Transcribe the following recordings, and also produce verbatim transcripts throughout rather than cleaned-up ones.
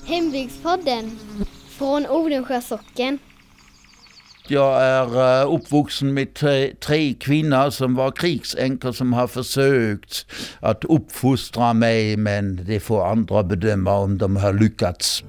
Hembygdspodden från Odensjö socken. Jag är uppvuxen med tre, tre kvinnor som var krigsänkor som har försökt att uppfostra mig, men det får andra bedöma om de har lyckats.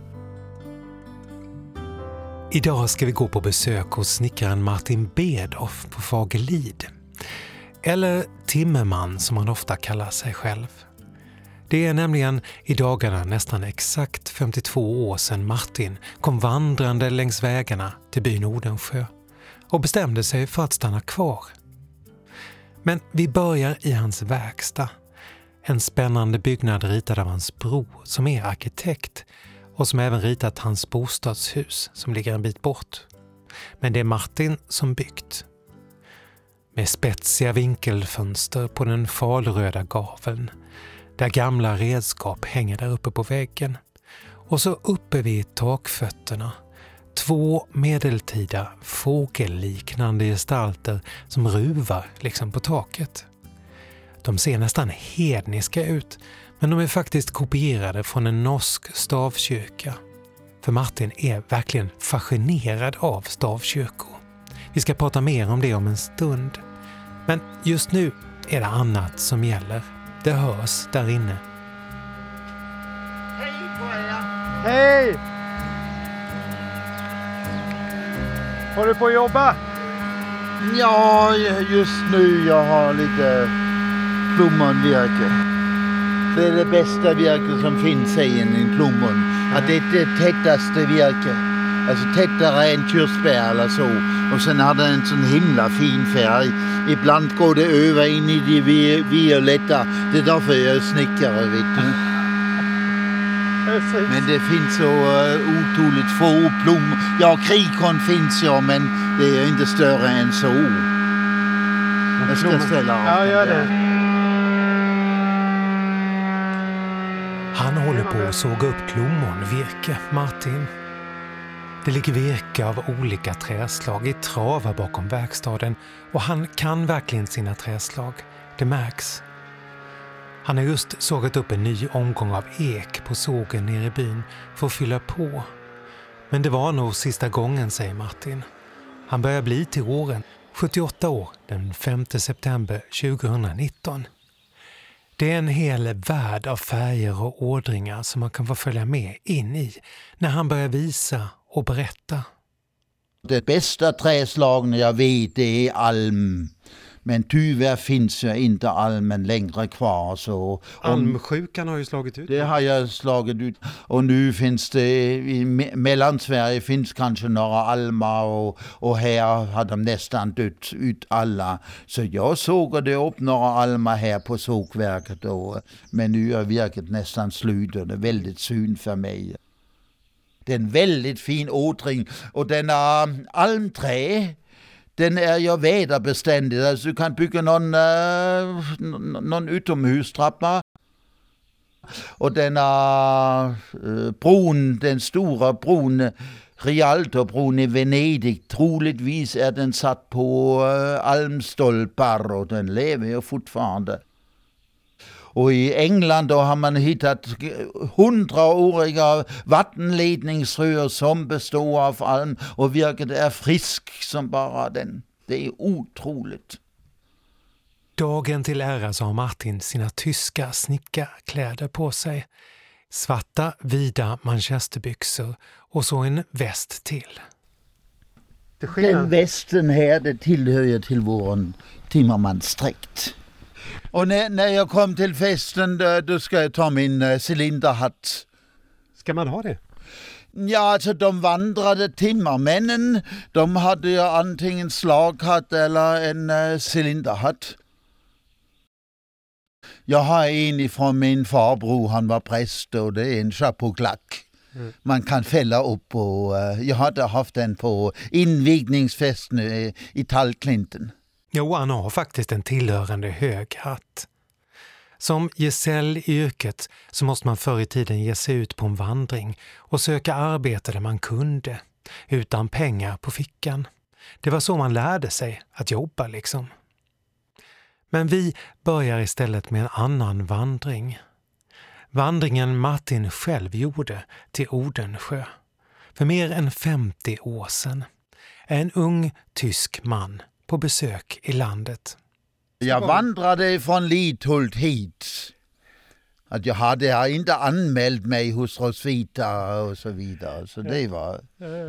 Idag ska vi gå på besök hos snickaren Martin Bedoff på Fagerlid. Eller Timmerman som han ofta kallar sig själv. Det är nämligen i dagarna nästan exakt femtiotvå år sedan Martin kom vandrande längs vägarna till byn Odensjö och bestämde sig för att stanna kvar. Men vi börjar i hans verkstad. En spännande byggnad ritad av hans bror som är arkitekt och som även ritat hans bostadshus som ligger en bit bort. Men det är Martin som byggt. Med spetsiga vinkelfönster på den falröda gaveln, där gamla redskap hänger där uppe på väggen. Och så uppe vid takfötterna, två medeltida fågelliknande gestalter som ruvar liksom på taket. De ser nästan hedniska ut, men de är faktiskt kopierade från en norsk stavkyrka. För Martin är verkligen fascinerad av stavkyrkor. Vi ska prata mer om det om en stund. Men just nu är det annat som gäller. Det hörs där inne. Hej på er! Hej! Har du på att jobba? Ja, just nu jag har lite plommonvirke. Det är det bästa virke som finns i en plommon. Att det är det tättaste virke. Alltså tättare än körsbär eller så. Och sen har den en sån himla fin färg. Ibland går det över in i de vi- violetta. Det är därför jag är snickare, vet du. Men det finns så uh, otroligt få plommor. Ja, krikon finns ja, men det är inte större än så. Jag ska ställa av. Ja, gör det. Han håller på att såga upp plommonvirke, Martin. Det ligger virke av olika träslag i travar bakom verkstaden och han kan verkligen sina träslag. Det märks. Han har just sågat upp en ny omgång av ek på sågen nere i byn för att fylla på. Men det var nog sista gången, säger Martin. Han börjar bli till åren, sjuttioåtta år, den femte september tjugohundranitton. Det är en hel värld av färger och ådringar som man kan få följa med in i när han börjar visa och berätta. Det bästa träslagen jag vet det är alm. Men tyvärr finns ju inte almen längre kvar. Så Almsjukan har ju slagit ut. det har jag slagit ut. Och nu finns det i Me- Mellansverige finns kanske några almar och, och här har de nästan dött ut alla. Så jag sågade upp några almar här på sågverket. Och, men nu är virket nästan slut och det är väldigt synd för mig. Det är en väldigt fin ådring och denna almträ, den är ju väderbeständig. Alltså du kan bygga någon, uh, någon utomhustrappa. Och denna uh, bron, den stora bron, Rialtobron i Venedig, troligtvis är den satt på uh, almstolpar och den lever ju fortfarande. Och i England då har man hittat hundraåriga vattenledningsrör som består av alm och virket är frisk som bara den. Det är otroligt. Dagen till ära så har Martin sina tyska snickarkläder på sig. Svarta, vida manchesterbyxor och så en väst till. Den västen här, det tillhör ju till våran Timmermansdräkt. Och när, när jag kom till festen då, då ska jag ta min uh, cylinderhatt. Ska man ha det? Ja, alltså de vandrade timmermännen, de hade ju antingen slaghatt eller en uh, cylinderhatt. Jag har en ifrån min farbror, han var präst och det är en chapeauklack. Mm. Man kan fälla upp och uh, jag hade haft den på invigningsfesten i, i Tallklinten. Jo, han har faktiskt en tillhörande hög hatt. Som gesäll i yrket så måste man förr i tiden ge sig ut på en vandring och söka arbete där man kunde, utan pengar på fickan. Det var så man lärde sig att jobba liksom. Men vi börjar istället med en annan vandring. vandringen Martin själv gjorde till Odensjö för mer än femtio år sedan. En ung tysk man på besök i landet. Jag vandrade från Lidhult hit. Att jag hade inte anmält mig hos Rosvita och så vidare. Så det var...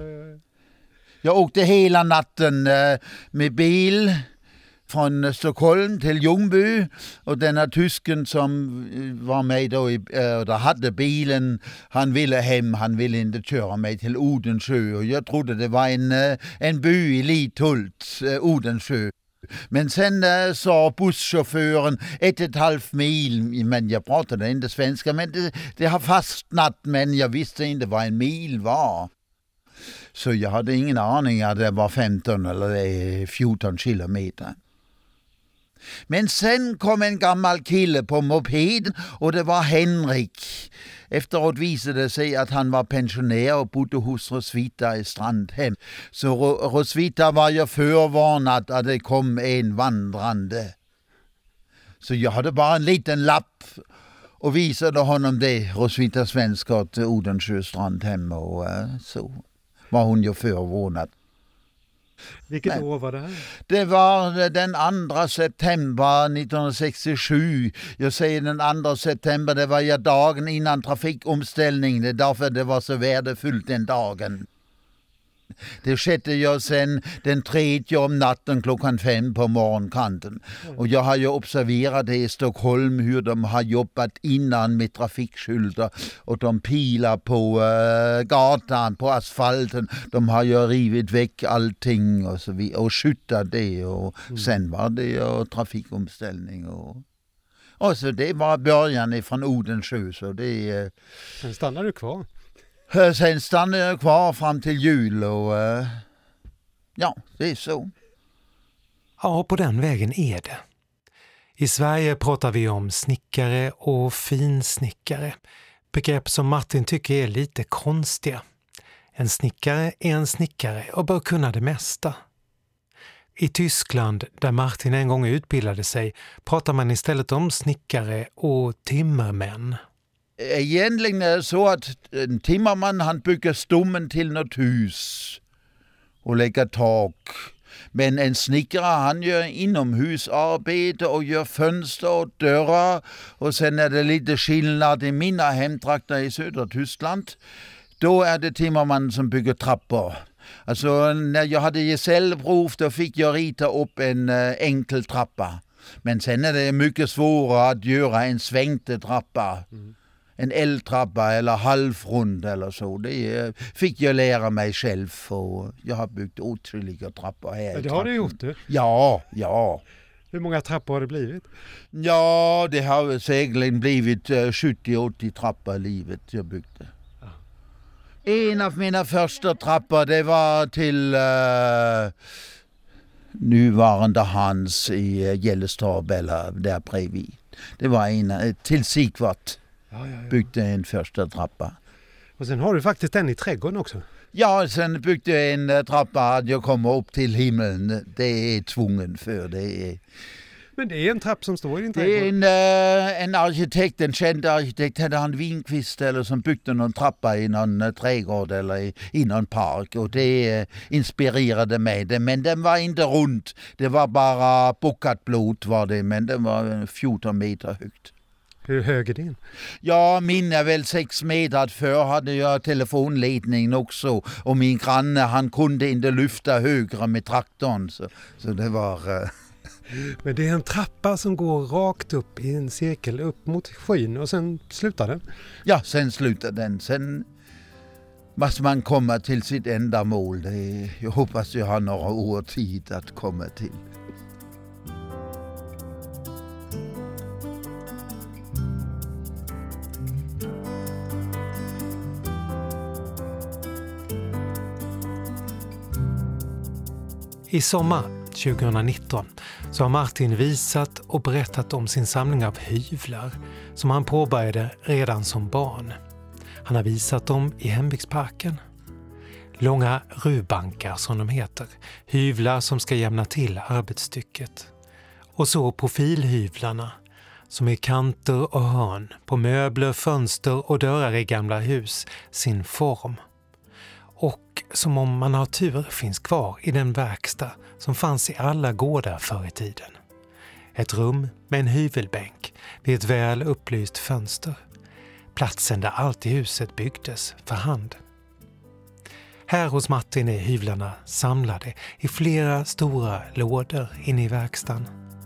Jag åkte hela natten med bil från Stockholm till Ljungby. Och denna tysken som var med då, eller hade bilen, han ville hem, han ville inte köra mig till Odensjö. Och jag trodde det var en, en by i Lidhult, Odensjö. Men sen äh, sa busschauffören ett och ett halvt mil, men jag pratade inte svenska, men det, det har fastnat, men jag visste inte vad en mil var. Så jag hade ingen aning att det var femton eller fjorton kilometer. Men sen kom en gammal kille på mopeden och det var Henrik. Efteråt visade det sig att han var pensionär och bodde hos Rosvita i Strandhem. Så Rosvita var ju förvarnad att det kom en vandrande. Så jag hade bara en liten lapp och visade honom det. Rosvita svenska till Odensjö Strandhem och så var hon ju förvarnad. Vilket Nej. år var det här? Det var den andra september nittonhundrasextiosju. Jag säger den andra september, det var ju dagen innan trafikomställning. Det är därför det var så värdefullt den dagen. Det skedde ju sen den tredje om natten klockan fem på morgonkanten. Och jag har ju observerat det i Stockholm hur de har jobbat innan med trafikskyltar och de pilar på äh, gatan, på asfalten. De har ju rivit väck allting och så vidare och skjutat det och mm. sen var det ju trafikomställning och... Och så det var början ifrån Odensjö så det... Äh, sen stannade du kvar. Sen stannade jag kvar fram till jul och uh, ja, det är så. Ja, på den vägen är det. I Sverige pratar vi om snickare och finsnickare. Begrepp som Martin tycker är lite konstiga. En snickare är en snickare och bör kunna det mesta. I Tyskland, där Martin en gång utbildade sig, pratar man istället om snickare och timmermän. Egentligen är det så att en timmerman han bygger stommen till något hus och lägger tak. Men en snickare han gör inomhusarbete och gör fönster och dörrar. Och sen är det lite skillnad i mina hemtrakter i södra Tyskland. Då är det timmerman som bygger trappor. Alltså när jag hade gesällprov då fick jag rita upp en äh, enkel trappa. Men sen är det mycket svårare att göra en svängte trappa. Mm. En eldtrappa eller halvrund eller så. Det fick jag lära mig själv och jag har byggt åtskilliga trappor här. Ja, det har du gjort du? Ja, ja. Hur många trappor har det blivit? Ja, det har säkerligen blivit sjuttio åttio trappor i livet jag byggde. Ja. En av mina första trappor det var till uh, nuvarande Hans i Gällestorp eller där bredvid. Det var en till Sigvart. Ja, ja, ja. Byggde en första trappa. Och sen har du faktiskt en i trädgården också. Ja, sen byggde jag en trappa att jag kommer upp till himlen. Det är tvungen för det. Är... Men det är en trapp som står i din trädgård? trädgård? Det är en, en arkitekt, en känd arkitekt, hade han Winqvist eller som byggde någon trappa i någon trädgård eller i, i någon park. Och det eh, inspirerade mig. Det, men den var inte rund. Det var bara bockat blod var det, men den var fjorton meter högt. Hur hög är din? Ja, min är väl sex meter. För hade jag telefonledningen också. Och min granne, han kunde inte lyfta högre med traktorn. Så, så det var... Uh... Men det är en trappa som går rakt upp i en cirkel upp mot skyn och sen slutar den? Ja, sen slutar den. Sen måste man komma till sitt enda mål. Det är, jag hoppas jag har några år tid att komma till. I sommar tjugonitton så har Martin visat och berättat om sin samling av hyvlar som han påbörjade redan som barn. Han har visat dem i hembygdsparken. Långa rubankar som de heter, hyvlar som ska jämna till arbetsstycket. Och så profilhyvlarna som i kanter och hörn, på möbler, fönster och dörrar i gamla hus, sin form. Och som om man har tur finns kvar i den verkstad som fanns i alla gårdar förr i tiden. Ett rum med en hyvelbänk vid ett väl upplyst fönster. Platsen där allt i huset byggdes för hand. Här hos Martin är hyvlarna samlade i flera stora lådor inne i verkstaden.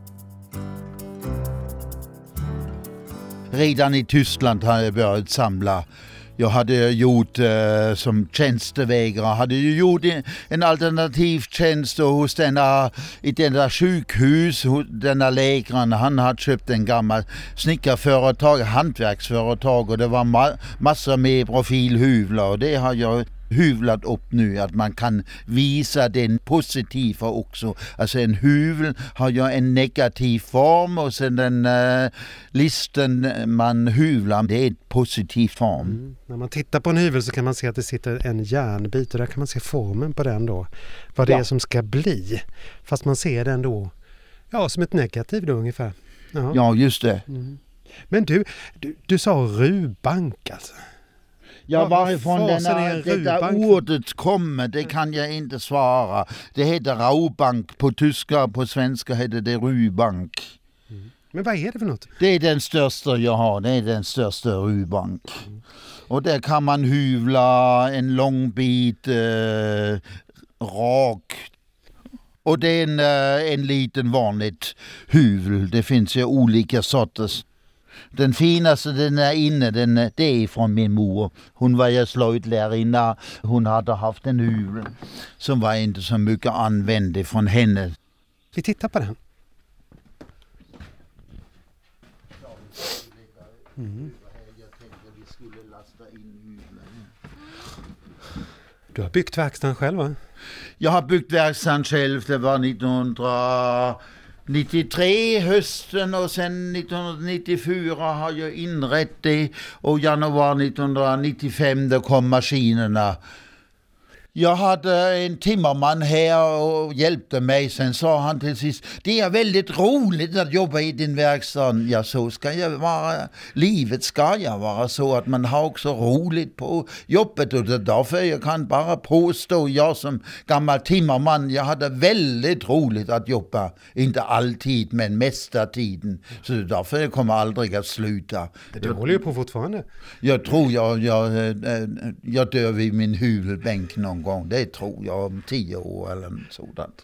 Redan i Tyskland har jag börjat samla. Jag hade gjort eh, som tjänstevägrare, hade ju gjort en, en alternativ tjänst hos denna, i denna sjukhus, hos denna läkaren. Han hade köpt en gammal snickarföretag, hantverksföretag, och det var ma- massor med profilhyvlar, och det har jag hyvlat upp nu, att man kan visa den positiva också. Alltså en hyvel har ju en negativ form, och sen den uh, listen man hyvlar, det är ett positiv form. Mm. När man tittar på en hyvel så kan man se att det sitter en järnbit, och där kan man se formen på den då. Vad det ja. är som ska bli. Fast man ser den då ja, som ett negativ då ungefär. Jaha. Ja, just det. Mm. Men du, du, du sa rubank alltså. Ja, varifrån denna, detta ordet kommer, det kan jag inte svara. Det heter Raubank på tyska, på svenska heter det Rubank. Mm. Men vad är det för något? Det är den största jag har, det är den största Rubank. Mm. Och där kan man hyvla en lång bit eh, rak. Och det är en, eh, en liten vanligt hyvel, det finns ju olika sorters. Den finaste den är inne, den, det är från min mor. Hon var ju slöjdlärarinna. Hon hade haft en hyvel som var inte så mycket använd från henne. Vi tittar på den. Mm. Du har byggt verkstaden själv, va? Jag har byggt verkstaden själv, det var nittonhundranittiotre hösten, och sen nittonhundranittiofyra har jag inrett det, och januari nittonhundranittiofem då kom maskinerna. Jag hade en timmerman här och hjälpte mig. Sen sa han till sist, det är väldigt roligt att jobba i din verkstad. Ja, så ska jag vara. Livet ska jag vara så att man har också roligt på jobbet. Och det därför jag kan bara påstå, jag som gammal timmerman, jag hade väldigt roligt att jobba. Inte alltid, men mesta tiden. Så därför jag kommer aldrig att sluta. Du håller ju på fortfarande. Jag tror jag, jag, jag dör vid min huvudbänk någon gång. Det tror jag om tio år eller något sådant.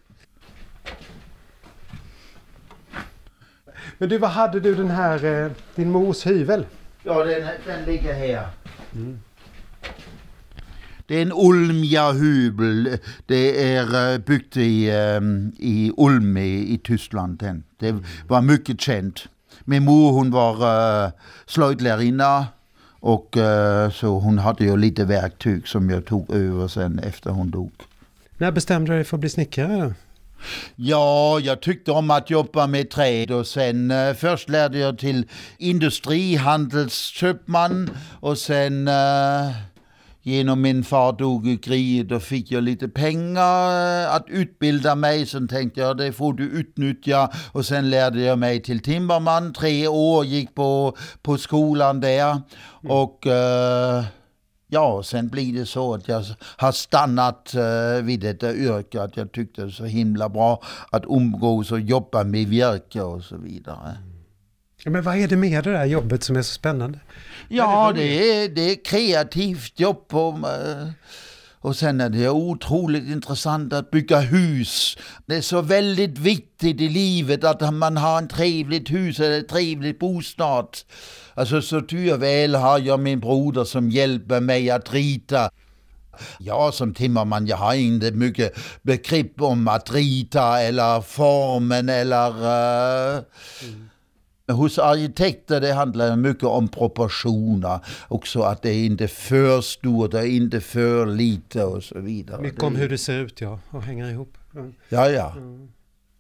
Men du, vad hade du den här, din mors hyvel? Ja, den, den ligger här. Mm. Det är en Ulmia hyvel. Det är byggt i, i Ulm i, i Tyskland. Den. Det var mycket känt. Min mor, hon var uh, slöjdlärarinna. Och uh, så hon hade ju lite verktyg som jag tog över sen efter hon dog. När bestämde du dig för att bli snickare då? Ja, jag tyckte om att jobba med träd, och sen uh, först lärde jag till industrihandelsköpman, och sen uh, genom min far dog i kriget, då fick jag lite pengar uh, att utbilda mig. Sen tänkte jag, det får du utnyttja, och sen lärde jag mig till timmerman. Tre år gick på, på skolan där, mm. och uh, ja, sen blir det så att jag har stannat uh, vid detta yrke, att jag tyckte det var så himla bra att umgås och jobba med virke och så vidare. Ja, men vad är det med det där jobbet som är så spännande? Ja, det är, det är kreativt jobb, och, och sen är det otroligt intressant att bygga hus. Det är så väldigt viktigt i livet att man har en trevligt hus eller en trevlig bostad. Alltså så tyväl har jag min broder som hjälper mig att rita. Jag som timmerman, jag har inte mycket begrepp om att rita eller formen eller... Uh, mm. Hos arkitekter det handlar mycket om proportioner. Också att det är inte för stort och inte för lite och så vidare. Mycket om hur det ser ut, ja. Och hänger ihop. Mm. Ja, ja. Mm.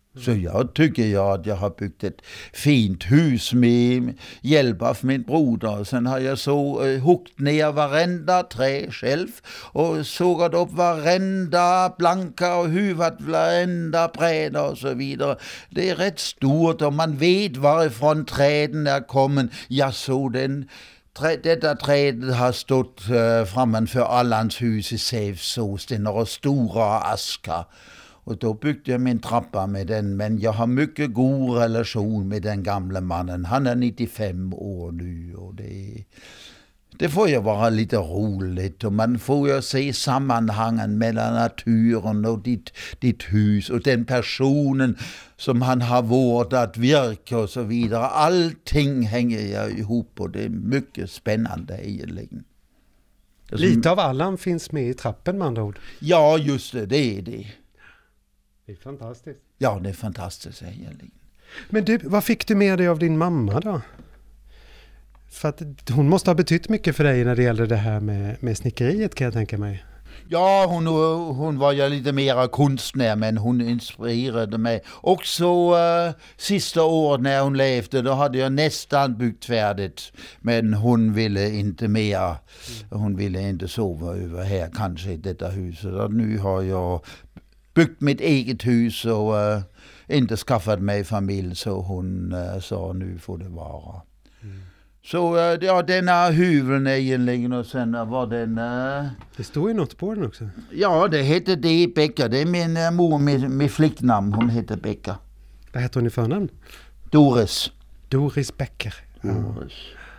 Så jag tycker jag att jag har byggt ett fint hus med hjälp av min broder. Sen har jag så uh, huggit ner varenda träd själv och sågat upp varenda planka och huvat varenda bräda och så vidare. Det är rätt stort och man vet varifrån träden är kommen. Jag såg den. Detta trädet har stått uh, framför Allans hus i Sävsås. Det är några stora askar. Och då byggde jag min trappa med den, men jag har mycket god relation med den gamla mannen. Han är nittiofem år nu och det, det får ju vara lite roligt. Och man får ju se sammanhangen mellan naturen och ditt, ditt hus och den personen som han har vårdat virke och så vidare. Allting hänger jag ihop och det är mycket spännande egentligen. Lite av Allan finns med i trappen med andra ord. Ja, just det, det är det. Det är fantastiskt. Ja, det är fantastiskt egentligen. Men du, vad fick du med dig av din mamma då? För att hon måste ha betytt mycket för dig när det gäller det här med, med snickeriet, kan jag tänka mig. Ja, hon, hon var ju lite mera konstnär, men hon inspirerade mig. Också uh, sista året när hon levde, då hade jag nästan byggt färdigt. Men hon ville inte mer. Hon ville inte sova över här, kanske i detta huset. Och nu har jag byggt mitt eget hus och uh, inte skaffat mig familj, så hon uh, sa nu får det vara. Mm. Så uh, ja, denna huveln egentligen, och sen var den... Uh, det står ju något på den också. Ja, det heter det Becka. Det är min uh, mor med, med flicknamn. Hon heter Becka. Vad heter hon i förnamn? Doris. Doris Becker. Doris.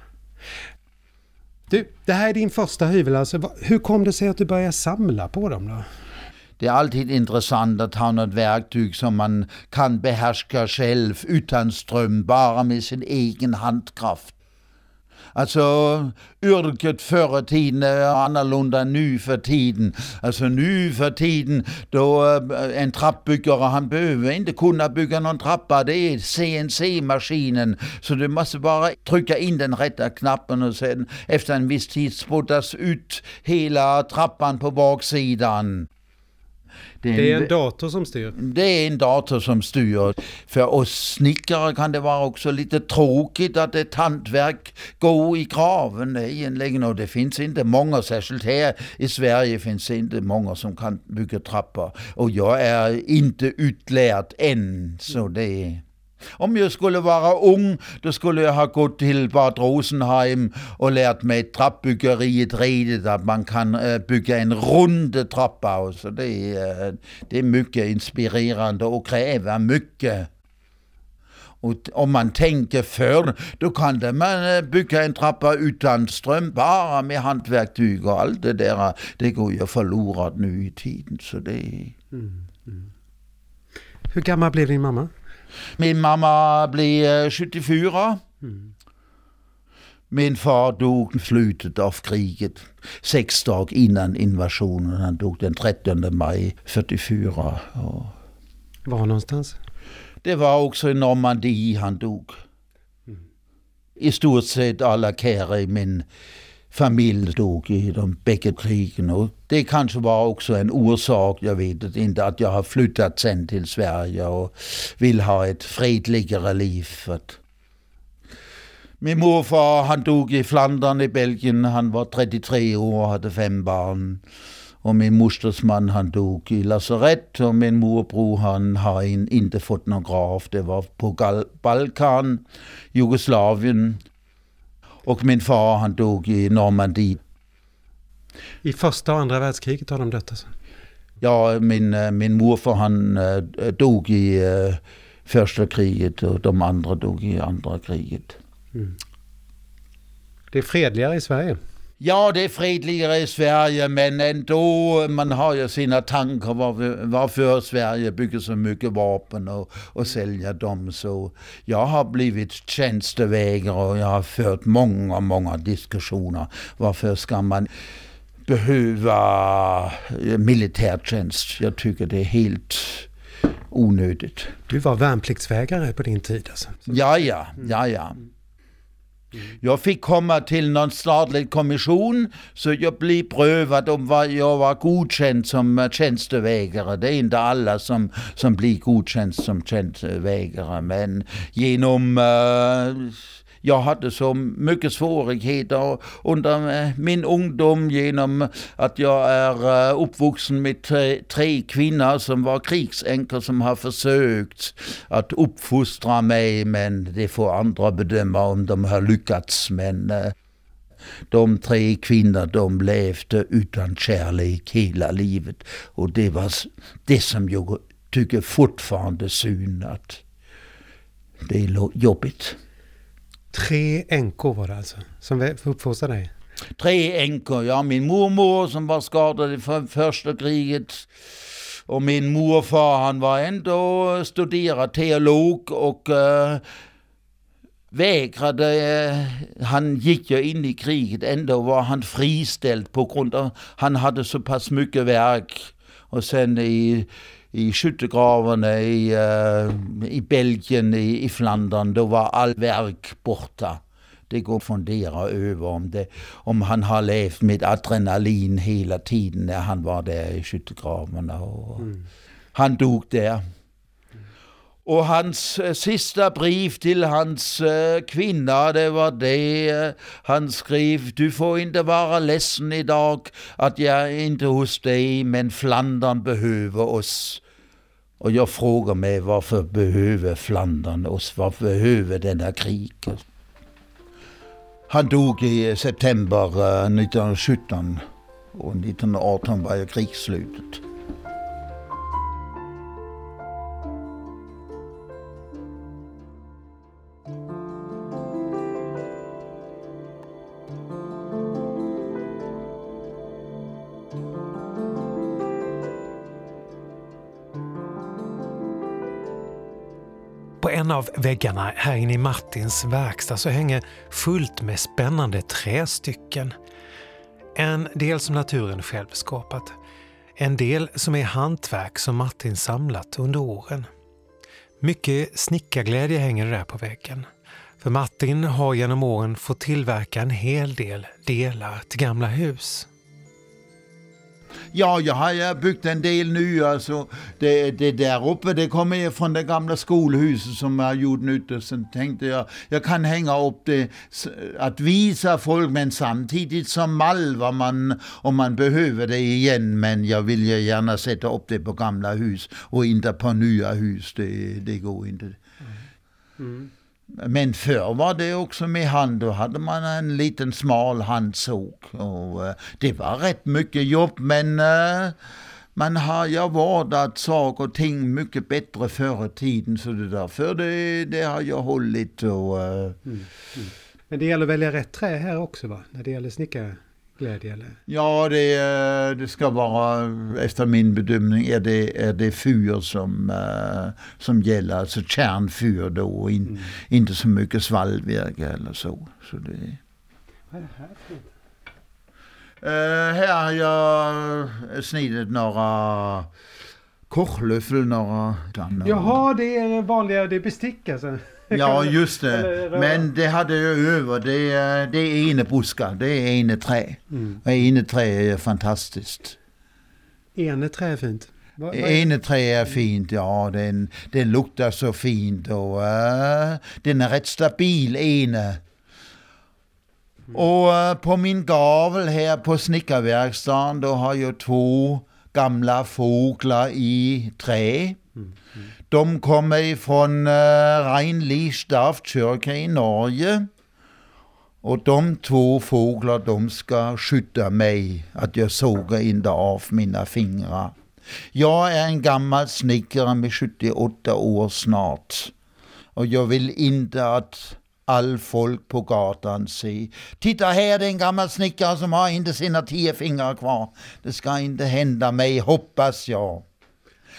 Du, det här är din första hyvel. Alltså, hur kom det sig att du började samla på dem då? Det är alltid intressant att ha något verktyg som man kan behärska själv utan ström, bara med sin egen handkraft. Alltså, yrket förr i tiden är annorlunda nu för tiden. Alltså nu för tiden, då en trappbyggare, han behöver inte kunna bygga någon trappa. Det är C N C-maskinen. Så du måste bara trycka in den rätta knappen och sen efter en viss tid spottas ut hela trappan på baksidan. Det är, en, det är en dator som styr. Det är en dator som styr. För oss snickare kan det vara också lite tråkigt att ett hantverk går i graven egentligen. Och det finns inte många, särskilt här i Sverige finns det inte många som kan bygga trappor. Och jag är inte utlärd än, så det är... Om jag skulle vara ung, då skulle jag ha gått till Bad Rosenheim och lärt mig trappbyggeriet redigt, att man kan bygga en rund trappa. Och så det, är, det är mycket inspirerande och kräver mycket. Och om man tänker för, då kan man bygga en trappa utan ström, bara med hantverktyg och allt det där. Det går ju förlorat nu i tiden. Så det är... mm, mm. Hur gammal blev din mamma? Min mamma blev sjuttiofyra. Mm. Min far dog i slutet av kriget. Sex dagar innan invasionen. Han dog den trettonde maj fyrtiofyra. Och var någonstans? Det var också i Normandie han dog. Mm. I stort sett alla kära i min familj dog i de bägge krigen. Och det kanske var också en orsak, jag vet inte, att jag har flyttat sen till Sverige och vill ha ett fredligare liv. Min morfar, han dog i Flandern i Belgien. Han var trettiotre år och hade fem barn. Och min mosters man, han dog i lasarett. Och min morbror, han har in, inte fått någon grav. Det var på Gal- Balkan, Jugoslavien. Och min far, han dog i Normandie. I första och andra världskriget har de dött alltså? Ja, min, min morfar, han äh, dog i äh, första kriget och de andra dog i andra kriget. Mm. Det är fredligare i Sverige? Ja, det är fredligare i Sverige, men ändå, man har ju sina tankar varför, varför Sverige bygger så mycket vapen och, och säljer dem. Så jag har blivit tjänstevägrare och jag har fört många, många diskussioner. Varför ska man behöva militärtjänst? Jag tycker det är helt onödigt. Du var värnpliktsvägrare på din tid alltså? Ja, ja, ja, ja. Jag fick komma till någon statlig kommission så jag blev prövad om vad jag var godkänd som tjänstevägare. Det är inte alla som, som blir godkänd som tjänstevägare, men genom... Uh, jag hade så mycket svårigheter under min ungdom genom att jag är uppvuxen med tre, tre kvinnor som var krigsänkor som har försökt att uppfostra mig, men det får andra bedöma om de har lyckats. Men de tre kvinnor, de levde utan kärlek hela livet, och det var det som jag tycker fortfarande synd, att det är jobbigt. Tre änkor var det alltså, som uppfostrade dig? Tre änkor, ja. Min mormor som var skadad i för, första kriget. Och min morfar, han var ändå studerad teolog och uh, vägrade. Uh, han gick ju in i kriget, ändå var han friställd på grund av han hade så pass mycket verk. Och sen i... i skyttegravarna i, uh, i Belgien, i, i Flandern, då var all verk borta. Det går att fundera över om, det, om han har levt med adrenalin hela tiden när han var där i skyttegravarna. Och mm. Han dog där. Mm. Och hans uh, sista brev till hans uh, kvinna, det var det. Uh, han skrev: du får inte vara ledsen idag att jag är inte hos dig, men Flandern behöver oss. Och jag frågar mig, varför behöver Flandern oss? Varför behöver denna krig? Han dog i september uh, nittonhundrasjutton, och nittonhundraarton var ju krigsslutet. På en av väggarna här inne i Martins verkstad så hänger fullt med spännande trästycken. En del som naturen själv skapat. En del som är hantverk som Martin samlat under åren. Mycket snickarglädje hänger det där på väggen. För Martin har genom åren fått tillverka en hel del delar till gamla hus. Ja, jag har byggt en del nu. Alltså, det, det där uppe, det kommer ju från det gamla skolhuset som jag har gjort nytt. Och sen tänkte jag, jag kan hänga upp det att visa folk, men samtidigt som mall vad man, om man behöver det igen. Men jag vill ju gärna sätta upp det på gamla hus och inte på nya hus. Det, det går inte. Mm. Mm. Men förr var det också med hand, då hade man en liten smal handsåg. Och uh, det var rätt mycket jobb, men uh, man har ju vårdat saker och ting mycket bättre förr i tiden, så det därför det, det har jag hållit. Och, uh, mm. Mm. Men det gäller att välja rätt trä här också, va? När det gäller snickarglädje, eller? Ja, det, det ska vara, efter min bedömning är det, är det fyr som, uh, som gäller, alltså kärnfyr då, och in, mm. inte så mycket svallvirke eller så. så det... Vad är det här för något? Uh, här har jag snidit några korslöffel, några... Jaha, det är vanliga, det är bestick alltså. Ja, just det. Men det hade jag över. Det är, det är enebuskar. Det är eneträ. Mm. Och eneträ är fantastiskt. Eneträ är fint. Va, eneträ är fint, ja. Den, den luktar så fint. Och uh, den är rätt stabil, ene. Mm. Och uh, på min gavel här på snickarverkstaden, då har jag två gamla fåglar i trä. Mm. Mm. De kommer ifrån uh, Reinli stavkyrka i Norge. Och de två fåglar, de ska skydda mig, att jag sågar inte av mina fingrar. Jag är en gammal snickare med sjuttioåtta år snart. Och jag vill inte att all folk på gatan ser. Titta, här är det en gammal snickare som har inte sina tio fingrar kvar. Det ska inte hända mig, hoppas jag.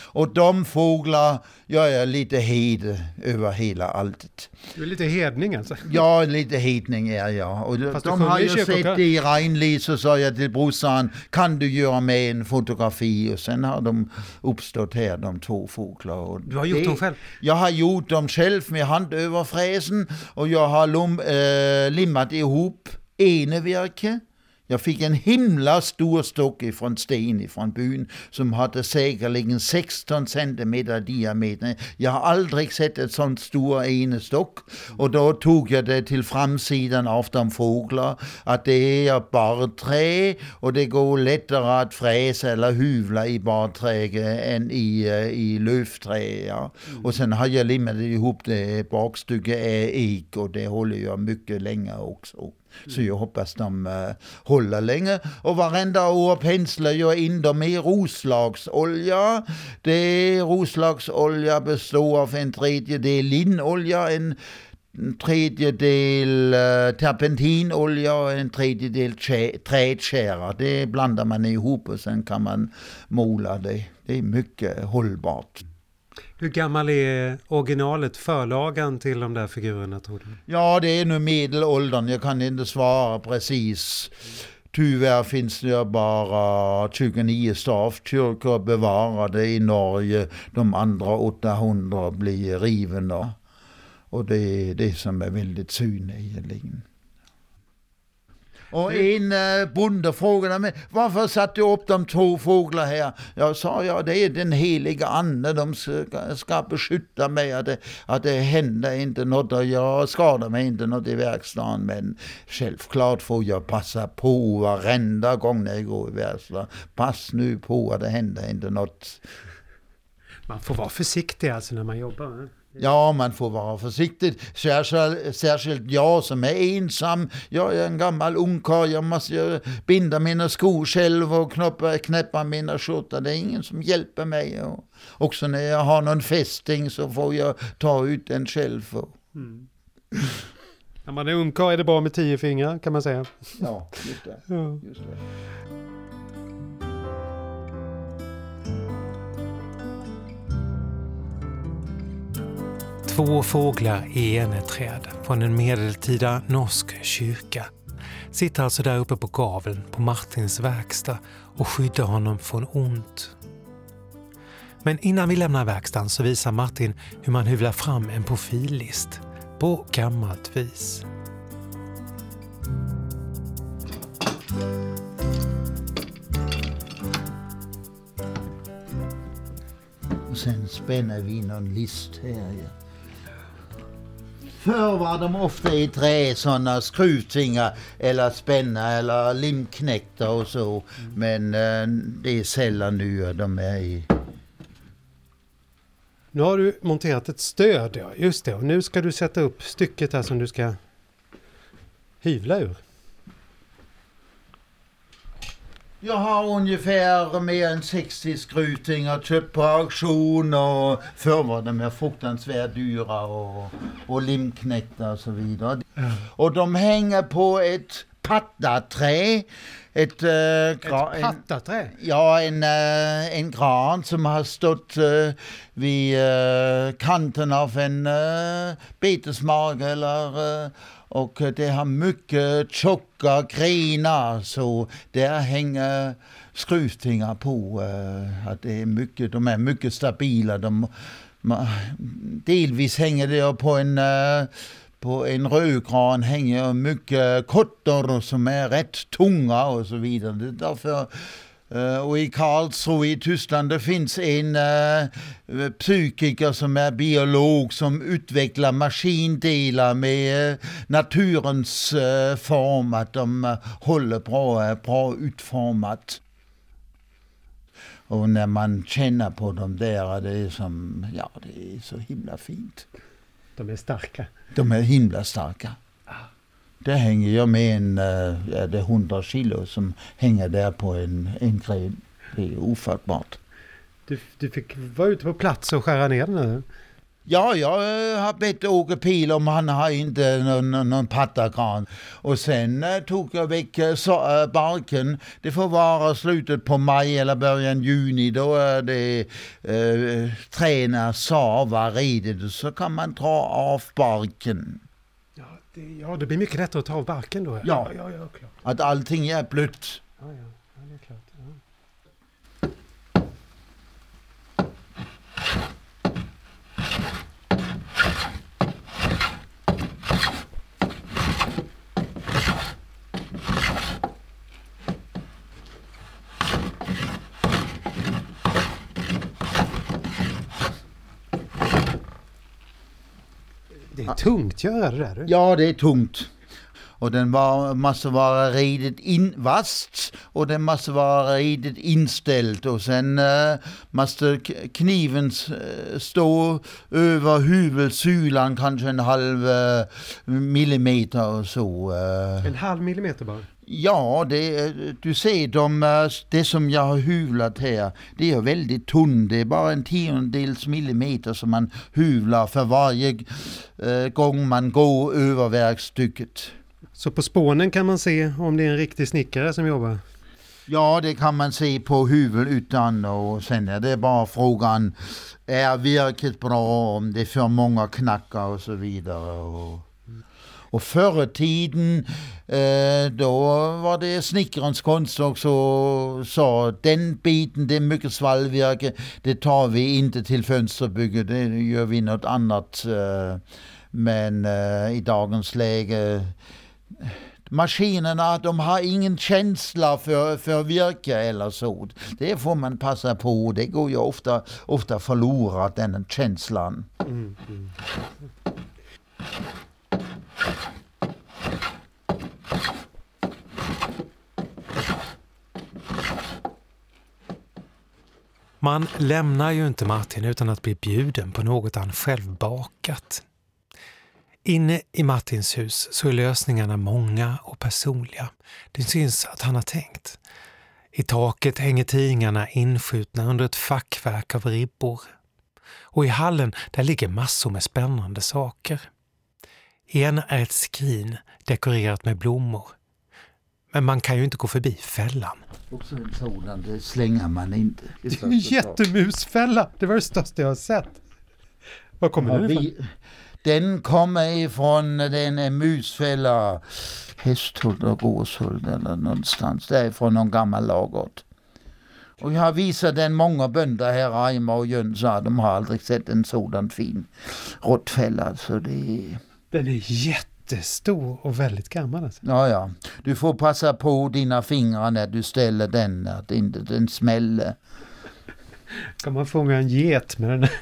Och de fåglar gör jag lite hed över hela alltet. Du är lite hedning alltså? Ja, lite hedning är jag. Och de, de har ju sett i Regnlis och sa jag till brorsan, kan du göra med en fotografi? Och sen har de uppstått här, de två fåglar. Och du har gjort det, dem själv? Jag har gjort dem själv med hand över fräsen och jag har lom, äh, limmat ihop eneverke. Jag fick en himla stor stock ifrån sten ifrån byn som hade säkerligen sexton centimeter diameter. Jag har aldrig sett ett sånt stor enestock. Och då tog jag det till framsidan av de fåglar att det är bara trä och det går lättare att fräsa eller hyvla i barträge än i, i lövträ. Ja. Mm. Och sen har jag limmat ihop det bakstycke är ek och det håller jag mycket länge också. Så jag hoppas de uh, håller länge. Och varenda år penslar jag in dem i roslagsolja. Det roslagsolja består av en tredjedel linolja, en tredjedel uh, terpentinolja och en tredjedel trädtjära. Det blandar man ihop och sen kan man måla det. Det är mycket hållbart. Hur gammal är originalet, förlagan till de där figurerna, tror du? Ja, det är nu medelåldern. Jag kan inte svara precis. Tyvärr finns det bara tjugonio stavkyrkor bevarade i Norge. De andra åttahundra blir rivna. Och det är det som är väldigt synd egentligen. Och en äh, bonde frågade mig, varför satte du upp de två fåglar här? Jag sa, ja det är den heliga ande, de ska, ska beskytta mig att det, att det händer inte något och jag skadar mig inte något i verkstaden. Men självklart får jag passa på varenda gång när jag går i verkstaden. Pass nu på att det händer inte något. Man får vara försiktig alltså när man jobbar. Ja, man får vara försiktig. Särskilt, särskilt jag som är ensam. Jag är en gammal ungkarl. Jag måste binda mina skor själv och knäppa, knäppa mina skjortor. Det är ingen som hjälper mig. Och också när jag har någon fästing så får jag ta ut den själv. Mm. När man är ungkarl är det bra med tio fingrar, kan man säga. Ja, just det. Ja. Just det. Två fåglar i eneträd från en medeltida norsk kyrka sitter alltså där uppe på gaveln på Martins verkstad och skyddar honom från ont. Men innan vi lämnar verkstaden så visar Martin hur man hyvlar fram en profillist på gammalt vis. Och sen spänner vi någon list här. Ja. Förr var de ofta i trä, sådana skruvtvingar eller spänna eller limknäckta och så. Mm. Men eh, det är sällan nu de är i. Nu har du monterat ett stöd, ja, just det. Och nu ska du sätta upp stycket här som du ska hyvla ur. Jag har ungefär mer än sextio skruvtvingar köpt på auktion och förr var de fruktansvärt dyra och, och limknäckta och så vidare. Mm. Och de hänger på ett pattaträ. Ett, äh, gra- ett pattaträ? En, ja, en, äh, en gran som har stått äh, vid äh, kanten av en äh, betesmark eller... Äh, Och det har mycket tjocka grenar så där hänger skruvtvingar på. Att det är mycket, de är mycket stabila. De, delvis hänger det på en, på en rödgran hänger mycket kottor som är rätt tunga och så vidare. Därför, och i Karlsruhe i Tyskland det finns en uh, psykiker som är biolog som utvecklar maskindelar med uh, naturens uh, form, att de uh, håller bra, bra utformat. Och när man känner på dem där, det är som, ja, det är så himla fint. De är starka. De är himla starka. Det hänger jag med en, ja, det är hundra kilo som hänger där på en, en gren. Det är ofattbart. Du, du fick vara ute på plats och skära ner den nu? Ja, jag har bett Åke Pil om han har inte någon, någon pattakran. Och sen eh, tog jag väck eh, så, eh, barken. Det får vara slutet på maj eller början juni. Då är det eh, träna, sava, redet. Så kan man dra av barken. Ja det, ja, det blir mycket lättare att ta av barken då. Ja, ja, ja, ja klart. Att allting är blött. Ja, ja, ja det är klart. Ja. Det är tungt göra det där. Ja, det är tungt. Och den var, måste vara redigt invast och den måste vara redigt inställd. Och sen uh, måste kniven stå över huvudsylan kanske en halv uh, millimeter och så. Uh. En halv millimeter bara? Ja, det, du ser de, det som jag har huvlat här, det är väldigt tunn. Det är bara en tiondels millimeter som man huvlar för varje uh, gång man går över verkstycket. Så på spånen kan man se om det är en riktig snickare som jobbar? Ja, det kan man se på huvudytan och sen är det bara frågan, är virket bra, om det är för många knackar och så vidare. Och, och förr i tiden eh, då var det snickarens konst också, sa den biten, det är mycket svallvirke, det tar vi inte till fönsterbygge, det gör vi något annat. Eh, men eh, i dagens läge, maskinerna, de har ingen känsla för, för virke eller så. Det får man passa på. Det går ju ofta, ofta förlorat, den känslan. Mm, mm. Man lämnar ju inte Martin utan att bli bjuden på något han själv bakat. Inne i Martins hus så är lösningarna många och personliga. Det syns att han har tänkt. I taket hänger tidningarna inskjutna under ett fackverk av ribbor. Och i hallen där ligger massor med spännande saker. En är ett skrin dekorerat med blommor. Men man kan ju inte gå förbi fällan. Också en sådan, det slänger man inte. Det är en jättemusfälla, det var det största jag har sett. Var kommer den ifrån? Den kommer ifrån den musfälla Hästhult och Gåshult eller någonstans. Det är från någon gammal lagård. Och jag har visat den många bönder här, Aima och Jönsa. De har aldrig sett en sådan fin råttfälla. Så det är... Den är jättestor och väldigt gammal. Alltså. Ja, ja. Du får passa på dina fingrar när du ställer den, att inte den smäller. Kan man fånga en get med den?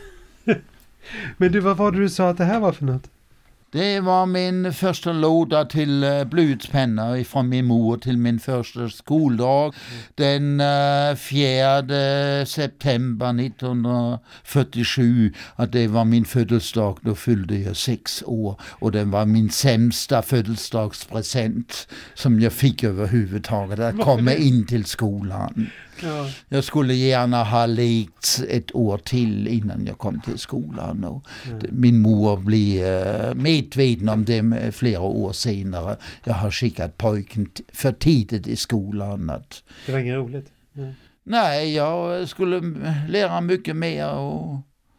Men du, vad var det du sa att det här var för något? Det var min första låda till uh, blyertspenna från min mor till min första skoldag. Mm. Den uh, fjärde september nittonhundrafyrtiosju. Att det var min födelsedag, då fyllde jag sex år. Och den var min sämsta födelsedagspresent som jag fick överhuvudtaget. Att komma in till skolan. Ja. Jag skulle gärna ha lekt ett år till innan jag kom till skolan. Och mm. Min mor blev uh, medveten om det flera år senare. Jag har skickat pojken t- för tidigt i skolan. Att, det var inget roligt? Mm. Nej, jag skulle lära mycket mer. Och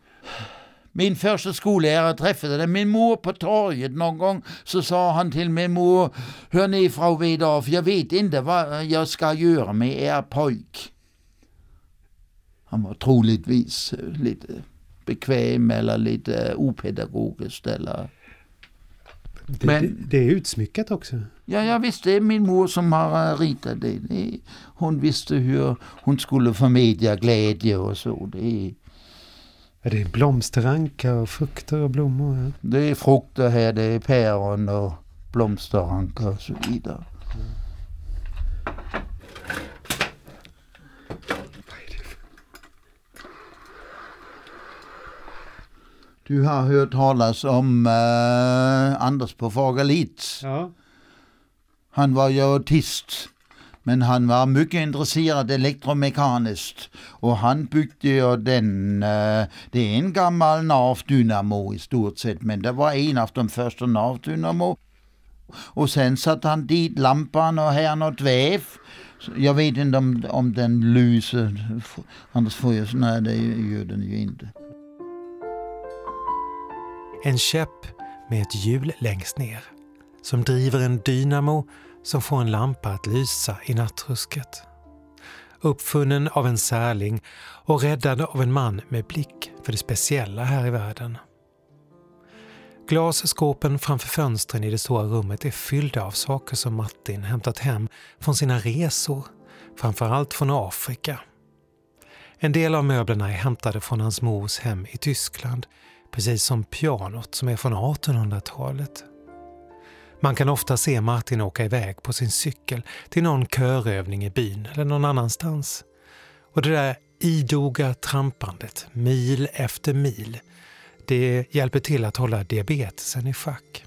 min första skollärare träffade min mor på torget någon gång. Så sa han till min mor, hör ni Frau Wedorf, jag vet inte vad jag ska göra med er pojk. Han var troligtvis lite bekväm eller lite opedagogisk. Eller... Det, Men, det, det är utsmyckat också. Ja, jag visste, det är min mor som har ritat det. det. Hon visste hur hon skulle förmedla glädje och så. Det är... Är det blomsterranka och frukter och blommor? Ja? Det är frukter här, det är päron och blomsterranka och så vidare. Mm. Du har hört talas om uh, Anders på Fagerlit. Ja. Han var ju autist. Men han var mycket intresserad elektromekaniskt och han byggde ju den, uh, det är en gammal navdynamo i stort sett, men det var en av de första navdynamo. Och sen satte han dit lampan och här något väv. Jag vet inte om, om den lyser, annars får jag, nej det gör den ju inte. En käpp med ett hjul längst ner som driver en dynamo som får en lampa att lysa i nattrusket. Uppfunnen av en särling och räddad av en man med blick för det speciella här i världen. Glasskåpen framför fönstren i det stora rummet är fyllda av saker som Martin hämtat hem från sina resor, framförallt från Afrika. En del av möblerna är hämtade från hans mors hem i Tyskland, precis som pianot som är från artonhundratalet. Man kan ofta se Martin åka iväg på sin cykel till någon körövning i byn eller någon annanstans. Och det där idoga trampandet, mil efter mil, det hjälper till att hålla diabetesen i schack.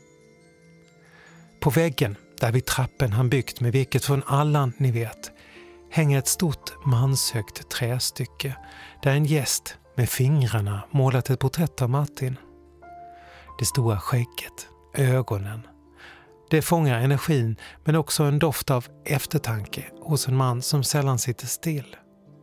På väggen, där vid trappen han byggt med virket från Allan, ni vet, hänger ett stort manshögt trästycke där en gäst med fingrarna målat ett porträtt av Martin. Det stora skägget, ögonen. Det fångar energin men också en doft av eftertanke hos en man som sällan sitter still.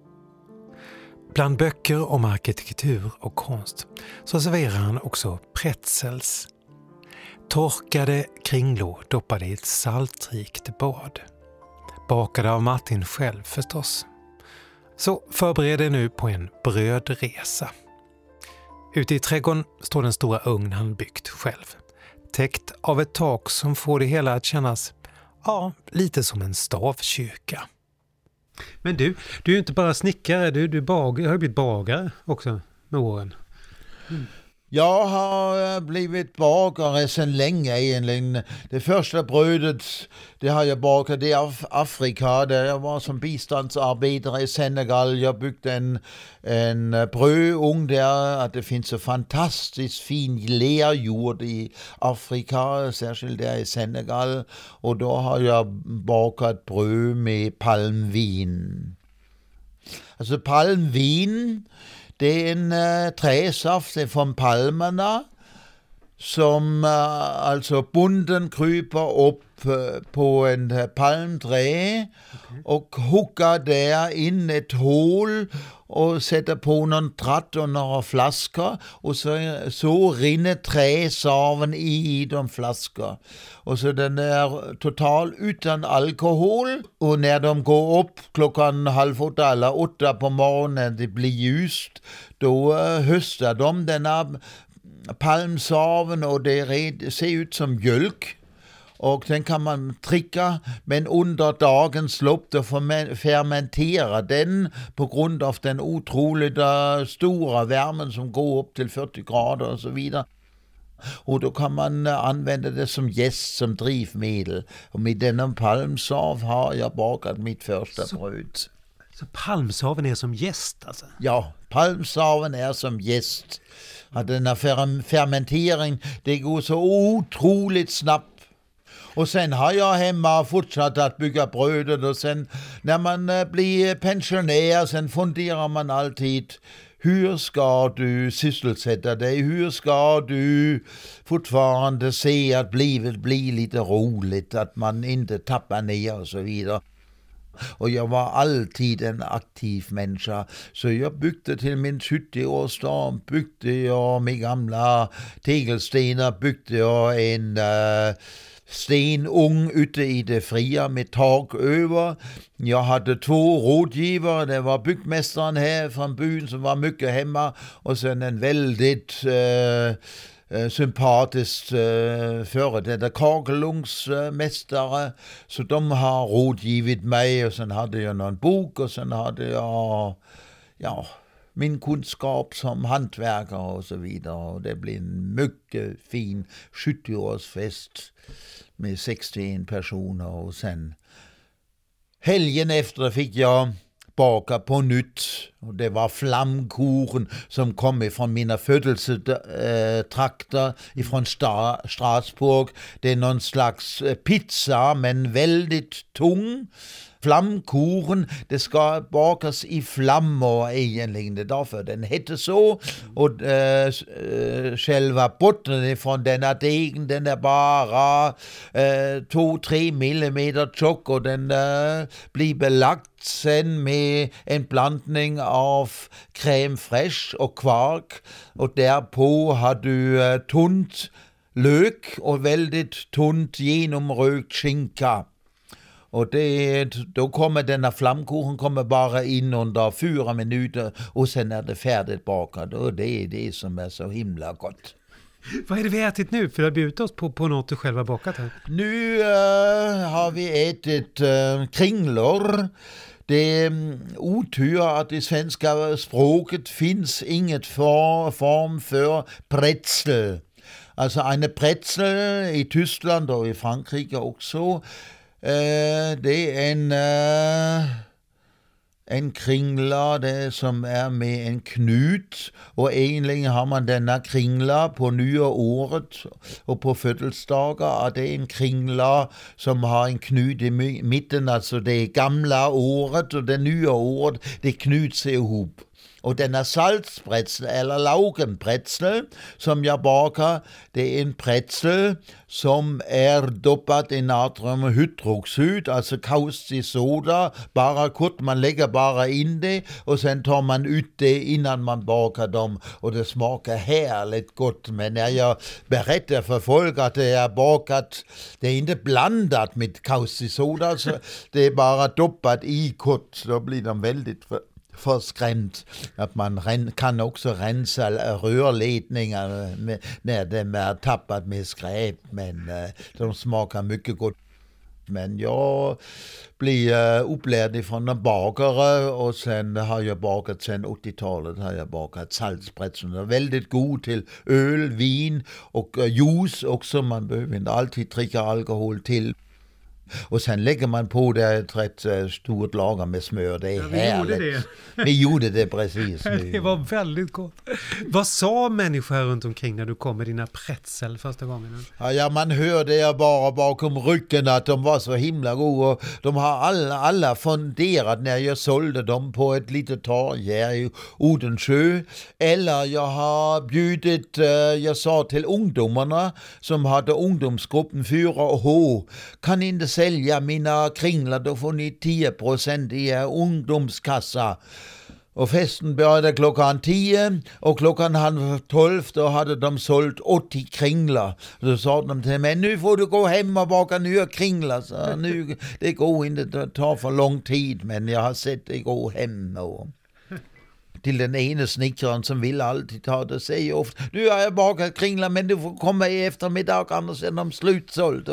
Bland böcker om arkitektur och konst så serverar han också pretzels. Torkade kringlor doppade i ett saltrikt bad. Bakade av Martin själv förstås. Så förbered er nu på en brödresa. Ute i trädgården står den stora ugn han byggt själv. Täckt av ett tak som får det hela att kännas, ja, lite som en stavkyrka. Men du, du är ju inte bara snickare, du, du bag, har ju blivit bagare också med åren. Mm. Jag har blivit bakare sedan länge egentligen. Det första brödet, det har jag bakat i Af- Afrika där jag var som biståndsarbetare i Senegal. Jag byggde en, en brödugn där, att det finns så fantastiskt fin lerjord i Afrika, särskilt där i Senegal. Och då har jag bakat bröd med palmvin. Alltså palmvin, det är en uh, träsaft från palmerna som uh, alltså bonden kryper upp uh, på en uh, palmträ okay. och hugger där in ett hål och sätter på någon tratt och några flaskor och så, så rinner träsaven i de flaskor. Och så den är total utan alkohol och när de går upp klockan halv åtta eller åtta på morgonen, det blir ljust, då uh, höstar de denna palmsaven och det ser ut som mjölk. Och den kan man dricka, men under dagens lopp då fermenterar den på grund av den otroliga stora värmen som går upp till fyrtio grader och så vidare. Och då kan man använda det som jäst, som drivmedel. Och med denna palmsav har jag bakat mitt första så, bröd. Så palmsaven är som jäst alltså? Ja, palmsaven är som jäst. Att denna fer- fermentering, det går så otroligt snabbt. Och sen har jag hemma fortsatt att bygga brödet och sen när man blir pensionär sen funderar man alltid, hur ska du sysselsätta dig? Hur ska du fortfarande se att livet blir lite roligt, att man inte tappar ner och så vidare. Och jag var alltid en aktiv människa. Så jag byggde till min sjuttio-årsdag, byggde jag med gamla tegelstenar, byggde jag en uh, stenugn ute i det fria med tak över. Jag hade två rådgivare, det var byggmästaren här från byn som var mycket hemma och sen en väldigt uh, Uh, sympatiskt uh, före detta kakelugnsmästare, uh, så de har rådgivit mig och sen hade jag någon bok och sen hade jag ja, min kunskap som hantverkare och så vidare och det blev en mycket fin sjuttio-årsfest med sextioen personer och sen helgen efter fick jag baka på nytt. Och det var flamkuchen som kom ifrån mina födelsetrakter ifrån Stra- Strasbourg. Det är någon slags pizza men väldigt tung. Flamkuchen, det ska bakas i flammor egentligen, det är därför den heter så. Och äh, själva botten ifrån denna degen, den är bara äh, två till tre millimeter tjock och den äh, blir belagt sen med en blandning av crème fraîche och kvark. Och därpå har du äh, tunt lök och väldigt tunt genomrökt skinka. Och det, då kommer denna flamkuchen kommer bara in under fyra minuter och sen är det färdigt bakat. Och det är det som är så himla gott. Vad är det vi ätit nu? För att bjuda oss på, på något du själv har bakat här. Nu uh, har vi ätit uh, kringlor. Det är otur att i svenska språket finns inget for, form för pretzel. Alltså en pretzel i Tyskland och i Frankrike också. Uh, det är en, uh, en kringla det som är med en knut och egentligen har man denna kringla på nya året och på födelsedagar och det är en kringla som har en knut i mitten, alltså det gamla året och det nya året, det knyts ihop. Och denna saltspretzel eller laugenpretzel som jag bakar, det är en pretzel som är doppad i natriumhydroxid, alltså kaustisk soda, bara kort, man lägger bara in det och sen tar man ut det innan man bakar dem och det smakar härligt gott. Men när jag berättar för folk att det är bakat, det är inte blandat med kaustisk soda, så det är bara doppat i kort, då blir de väldigt för förskrämt att man ren, kan också rensa rörledningar med, när de är tappat med skräp, men uh, de smakar mycket gott. Men jag blir uh, upplärd från en bakare och sen har jag bakat sen åttiotalet har jag bakat saltspretzel. Väldigt god till öl, vin och uh, juice också. Man behöver inte alltid dricka alkohol till. Och sen lägger man på det ett rätt uh, stort lager med smör. Det är ja, vi härligt. Gjorde det. Vi gjorde det precis nu. Det var väldigt gott. Vad sa människor runt omkring när du kom med dina pretzel första gången? Ja, ja, man hörde jag bara bakom ryggen att de var så himla goda. De har alla, alla funderat när jag sålde dem på ett litet torg här i Odensjö. Eller jag har bjudit, uh, jag sa till ungdomarna som hade ungdomsgruppen fyra H, kan inte sälja mina kringlar, då får ni tio procent i er ungdomskassa. Och festen började klockan tio och klockan halv tolv då hade de sålt åttio kringlar. Så sa de till mig, nu får du gå hem och baka nya kringlar. Så nu, det går inte, det tar för lång tid, men jag har sett det gå hem. Och till den ene snickaren som vill alltid ha det, säger ofta, nu har jag bakat kringlar men du får komma i eftermiddag, annars är de slutsåld.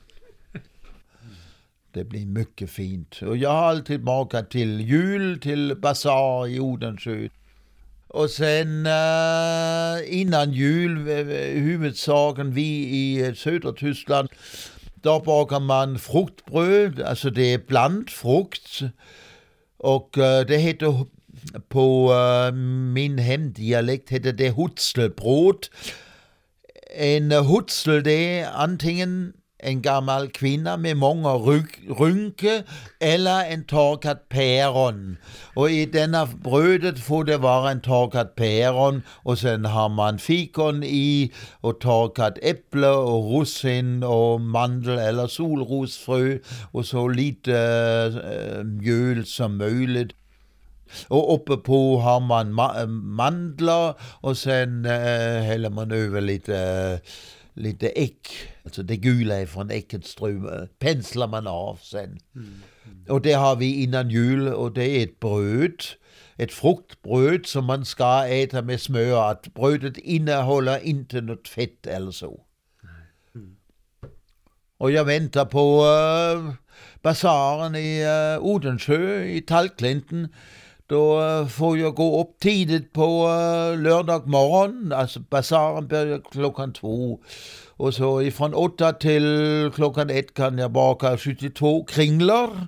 Det blir mycket fint. Och jag har alltid bakat till jul, till basar i Odensjö. Och sen uh, innan jul, huvudsaken vi i södra Tyskland, då bakar man fruktbröd, alltså det är blandfrukt. Och uh, det heter på uh, min hemdialekt heter det hutzelbröd. En hutzel det är antingen en gammal kvinna med många rynke eller en torkad päron. Och i denna brödet får det vara en torkad päron och sen har man fikon i och torkad äpple och russin och mandel eller solrosfrö och så lite äh, mjöl som möjligt. Och uppe på har man ma- mandlar och sen äh, häller man över lite äh, lite ägg, alltså det gula är från äggets ström, penslar man av sen. Mm. Mm. Och det har vi innan jul och det är ett bröd, ett fruktbröd som man ska äta med smör, att brödet innehåller inte något fett eller så. Mm. Och jag väntar på uh, basaren i uh, Odensjö i Tallklinten. Då får jag gå upp tidigt på uh, lördag morgon, alltså basaren börjar klockan två. Och så ifrån åtta till klockan ett kan jag baka sjuttiotvå kringlar.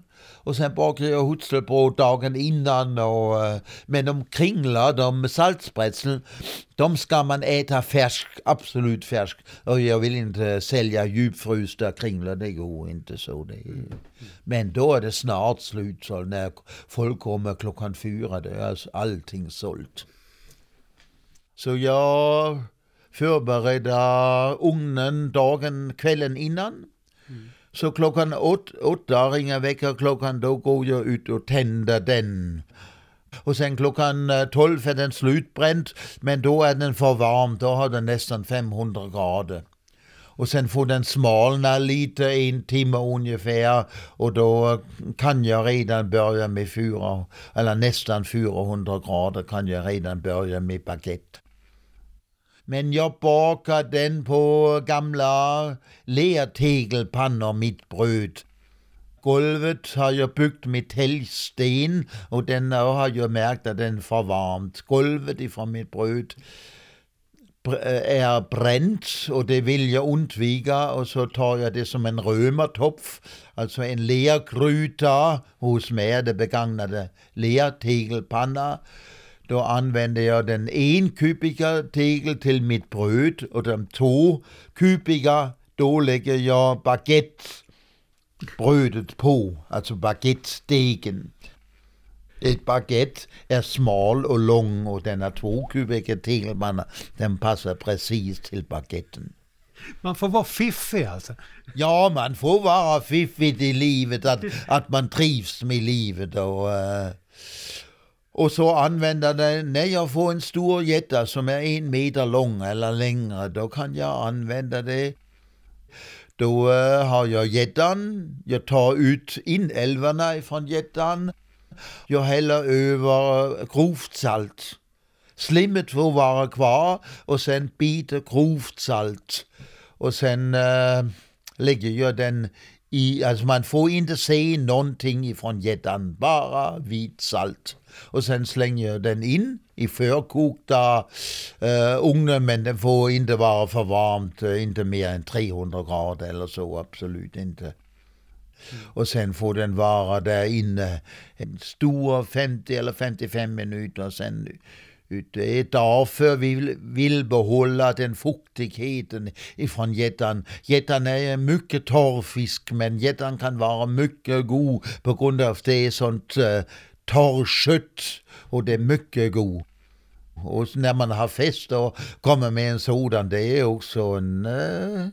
Och sen bakar jag hutselbröd dagen innan. Och, men de kringlar, de saltsprätseln, de ska man äta färsk, absolut färsk. Och jag vill inte sälja djupfrysta kringlar, det går inte så. Det är. Men då är det snart slut, så när folk kommer klockan fyra, det är allting sålt. Så jag förbereder ugnen dagen, kvällen innan. Mm. Så klockan åt, åtta ringer väckarklockan, då går jag ut och tänder den. Och sen klockan tolv är den slutbränd, men då är den för varm, då har den nästan femhundra grader. Och sen får den smalna lite, en timme ungefär, och då kan jag redan börja med fyra, eller nästan fyrahundra grader kan jag redan börja med baguette. Men jag bakar den på gamla lertegelpannor, mitt bröd. Golvet har jag byggt med täljsten, och den har jag märkt att den är för varmt. Golvet ifrån mitt bröd är bränt, och det vill jag undvika, och så tar jag det som en römertopf, alltså en lergryta. Hos mig är det begagnade lertegelpanna. Då använder jag den enkubiga tegel till mitt bröd, och de två kubiga, då lägger jag baguettebrödet på, alltså baguettestegen. Ett baguette är smal och lång, och denna tvåkubiga tegelpanna, den passar precis till baguetten. Man får vara fiffig alltså. Ja, man får vara fiffig i livet, att, att man trivs med livet. Och, uh, och så använder den, när jag får en stor jätta som är en meter lång eller längre, då kan jag använda det. Då uh, har jag jättan, jag tar ut inälvorna från jättan. Jag häller över grovt salt. Slimmet får vara kvar, och sen biter grovt salt. Och sen äh, lägger jag den i, alltså man får inte se någonting ifrån jättan, bara vit salt. Och sen slänger jag den in i förkokta äh, ugnen, men den får inte vara för varmt, inte mer än trehundra grader eller så, absolut inte. Mm. Och sen får den vara där inne en stor femtio eller femtiofem minuter, sen ut. Det är därför vi vill, vill behålla den fuktigheten ifrån jättan. Jättan är mycket torr fisk, men jättan kan vara mycket god på grund av det är sånt uh, torrkött, och det är mycket god. Och när man har fest och kommer med en sådan, det är också en... Uh,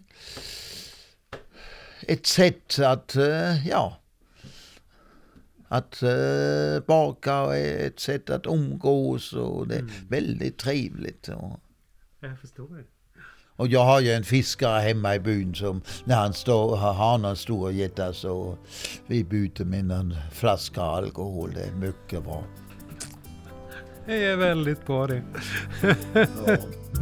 ett sätt att, uh, ja, att uh, baka, och ett sätt att umgås, och det är mm. väldigt trevligt. Och, jag förstår det. Och jag har ju en fiskare hemma i byn som när han står, har någon stor jätta, så vi byter med en flaska alkohol. Det är mycket bra. Det är väldigt bra det. Ja.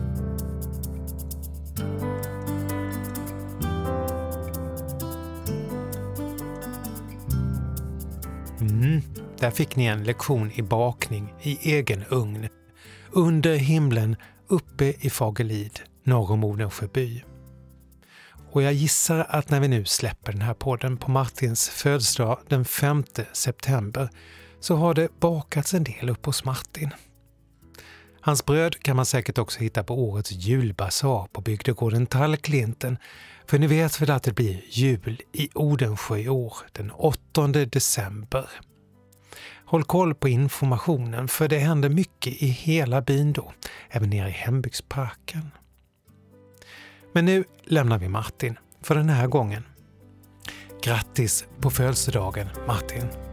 Mm, där fick ni en lektion i bakning i egen ugn. Under himlen uppe i Fagerlid, norr om Odensjöby. Och jag gissar att när vi nu släpper den här podden på Martins födelsedag den femte september, så har det bakats en del upp hos Martin. Hans bröd kan man säkert också hitta på årets julbasar på bygdegården Tallklinten. För ni vet väl att det blir jul i Odensjö i år, den åttonde december. Håll koll på informationen, för det händer mycket i hela byn då, även nere i hembygdsparken. Men nu lämnar vi Martin för den här gången. Grattis på födelsedagen, Martin!